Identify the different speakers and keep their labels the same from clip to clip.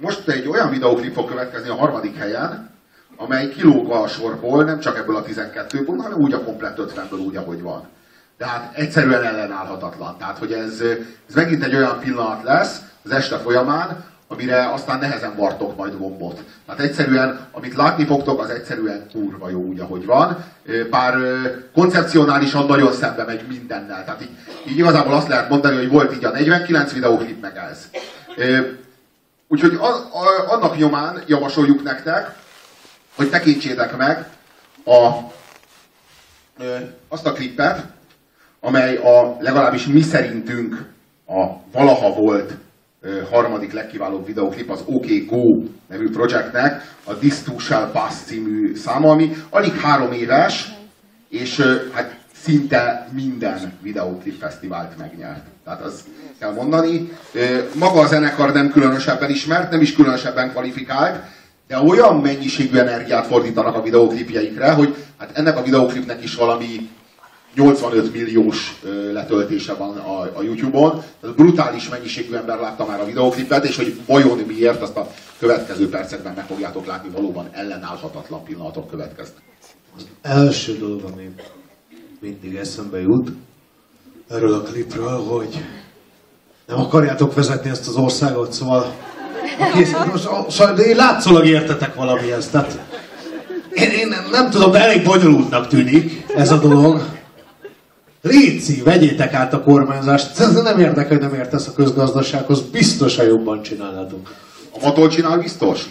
Speaker 1: most egy olyan videóklip fog következni a 3. helyen, amely kilóg a sorból, nem csak ebből a 12-ből, hanem úgy a komplett 50-ből úgy, ahogy van. De hát egyszerűen ellenállhatatlan. Tehát, hogy ez megint egy olyan pillanat lesz az este folyamán, amire aztán nehezen vartok majd gombot. Tehát egyszerűen, amit látni fogtok, az egyszerűen kurva jó úgy, ahogy van. Bár koncepcionálisan nagyon szembe megy mindennel. Tehát így igazából azt lehet mondani, hogy volt így a 49 videóklip, meg ez. Úgyhogy annak nyomán javasoljuk nektek, hogy tekintsétek meg azt a klippet, amely legalábbis mi szerintünk a valaha volt 3. legkiválóbb videóklip, az OK Go nevű projektnek a This Too Shall Pass című száma, ami alig 3 éves, és hát szinte minden videóklip fesztivált megnyert. Tehát azt kell mondani. Maga a zenekar nem különösebben ismert, nem is különösebben kvalifikált, de olyan mennyiségű energiát fordítanak a videóklipjeikre, hogy hát ennek a videóklipnek is valami 85 milliós letöltése van a YouTube-on. Tehát brutális mennyiségű ember látta már a videóklipet, és hogy vajon miért, azt a következő percekben meg fogjátok látni, valóban ellenállhatatlan pillanatok következnek.
Speaker 2: Az első dolog, ami mindig eszembe jut erről a klipről, hogy nem akarjátok vezetni ezt az országot, szóval de látszólag értetek valamihez. Tehát én nem tudom, de elég bonyolultnak tűnik ez a dolog. Léci, vegyétek át a kormányzást. Ez nem érdekel, hogy nem értesz a közgazdasághoz. Biztosan jobban csinálnátok.
Speaker 1: A Matol csinál biztos?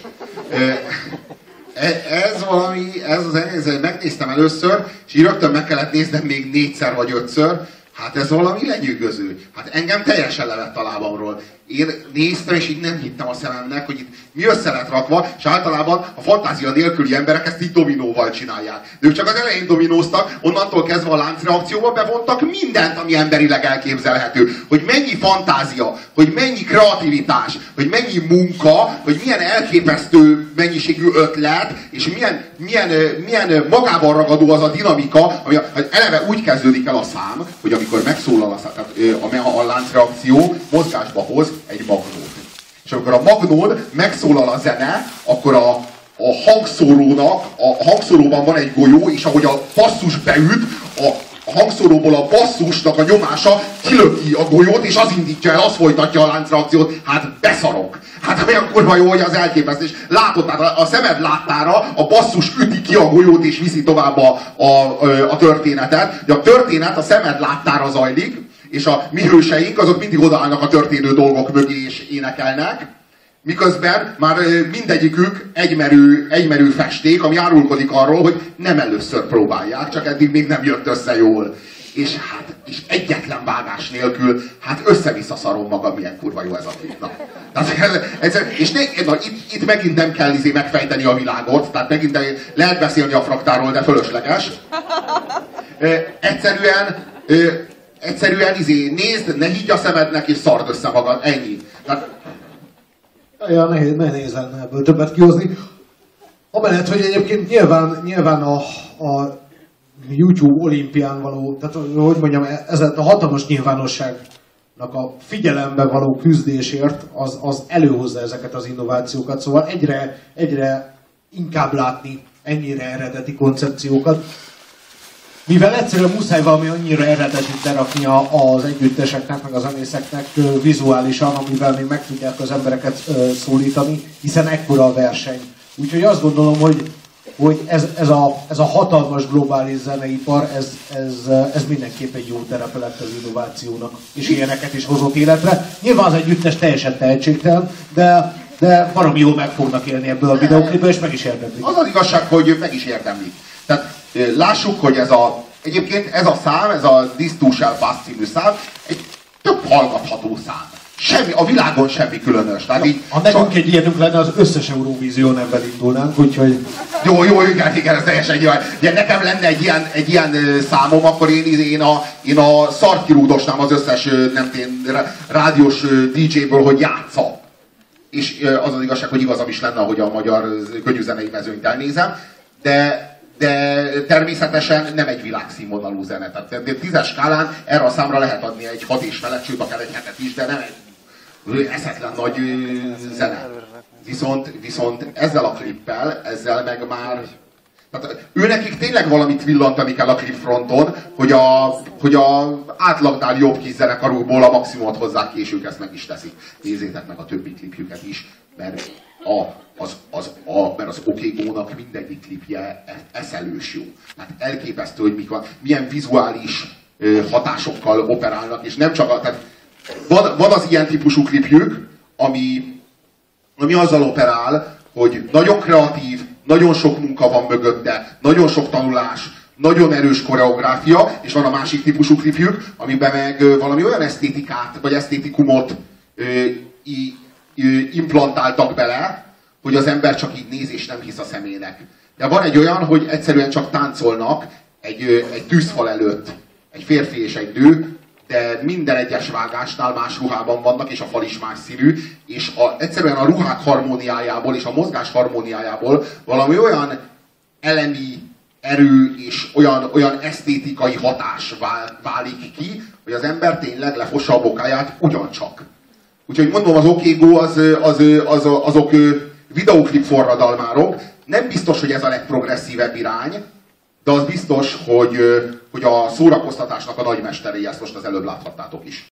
Speaker 1: Ez valami, megnéztem először, és így rögtön meg kellett néznem még 4-szer vagy 5-ször. Hát ez valami lenyűgöző. Hát engem teljesen levett a lábamról. Én néztem, és így nem hittem a szememnek, hogy itt mi össze lett rakva, és általában a fantázia nélküli emberek ezt így dominóval csinálják. De ők csak az elején dominóztak, onnantól kezdve a láncreakcióba bevontak mindent, ami emberileg elképzelhető. Hogy mennyi fantázia, hogy mennyi kreativitás, hogy mennyi munka, hogy milyen elképesztő mennyiségű ötlet, és milyen magában ragadó az a dinamika, ami eleve úgy kezdődik el a szám, hogy amikor megszólal a szám, tehát a láncreakció mozgásba hoz egy magnót. És amikor a magnón megszólal a zene, akkor a hangszóróban van egy golyó, és ahogy a basszus beüt, a hangszóróból a basszusnak a nyomása kilöki a golyót, és az indítja el, az folytatja a láncreakciót. Hát beszarok. Hát olyan kurva jó, hogy az elképesztő. És látod, tehát a szemed láttára a basszus üti ki a golyót, és viszi tovább a történetet. De a történet a szemed láttára zajlik, és a mi hőseink azok mindig odaállnak a történő dolgok mögé és énekelnek, miközben már mindegyikük egymerő festék, ami árulkodik arról, hogy nem először próbálják, csak eddig még nem jött össze jól. És egyetlen vágás nélkül, hát össze-vissza szarom magam, milyen kurva jó ez a klip. És itt megint nem kell megfejteni a világot, tehát megint lehet beszélni a fraktáról, de fölösleges. Egyszerűen nézd, ne higgy a szemednek, és szard össze magad, ennyi. Tehát...
Speaker 2: Ja, nehéz lenne ebből többet kihozni. Amellett, hogy egyébként nyilván a YouTube olimpián való, tehát hogy mondjam, ez a hatalmas nyilvánosságnak a figyelembe való küzdésért az előhozza ezeket az innovációkat, szóval egyre inkább látni ennyire eredeti koncepciókat. Mivel egyszerűen muszáj valami annyira eredetit berakni az együtteseknek, meg a zenészeknek vizuálisan, amivel még meg tudják az embereket szólítani, hiszen ekkora a verseny. Úgyhogy azt gondolom, hogy ez a hatalmas globális zeneipar, ez mindenképp egy jó terepe lett az innovációnak, és ilyeneket is hozott életre. Nyilván az együttes teljesen tehetségtelen, de baromi jól meg fognak élni ebből a videóklipből, és meg is érdemlik.
Speaker 1: Az az igazság, hogy meg is érdemlik. Tehát lássuk, hogy egyébként ez a szám, ez a This Too Shall Pass című szám, egy több hallgatható szám. A világon semmi különös. Tehát így,
Speaker 2: ha nekünk egy ilyenünk lenne, az összes Eurovízión ebben indulnánk, úgyhogy...
Speaker 1: Jó, igen, ez teljesen jó. De nekem lenne egy ilyen számom, akkor én a szart kirúgdosnám az összes rádiós DJ-ből, hogy játsza. És az az igazság, hogy igazam is lenne, hogy a magyar könnyűzenei mezőnyt elnézem, de természetesen nem egy világszínvonalú zene. Tehát 10-es skálán erre a számra lehet adni egy 6 és felett, sőt akár egy 7-et is, de eszetlen nagy zene. Viszont ezzel a klippel, ezzel meg már... Tehát őnekik tényleg valamit villantani kell a klipfronton, hogy a átlagnál jobb kis zenekarukból a maximumot hozzák ki, és ők ezt meg is teszik. Nézzétek meg a többi klipjüket is, mert az Okégónak mindegyik klipje eszelős jó. Hát elképesztő, hogy milyen vizuális hatásokkal operálnak, és nem csak tehát van az ilyen típusú klipjük, ami azzal operál, hogy nagyon kreatív, nagyon sok munka van mögötte, nagyon sok tanulás, nagyon erős koreográfia, és van a másik típusú klipjük, amiben meg valami olyan esztétikát, vagy esztétikumot implantáltak bele, hogy az ember csak így néz és nem hisz a szemének. De van egy olyan, hogy egyszerűen csak táncolnak egy tűzfal előtt, egy férfi és egy nő, de minden egyes vágásnál más ruhában vannak, és a fal is más színű, és egyszerűen a ruhák harmóniájából és a mozgás harmóniájából valami olyan elemi erő és olyan esztétikai hatás válik ki, hogy az ember tényleg lefossa a bokáját ugyancsak. Úgyhogy mondom, az Okégó azok videóklip forradalmárok. Nem biztos, hogy ez a legprogresszívebb irány, de az biztos, hogy a szórakoztatásnak a nagymesterei, ezt most az előbb láthattátok is.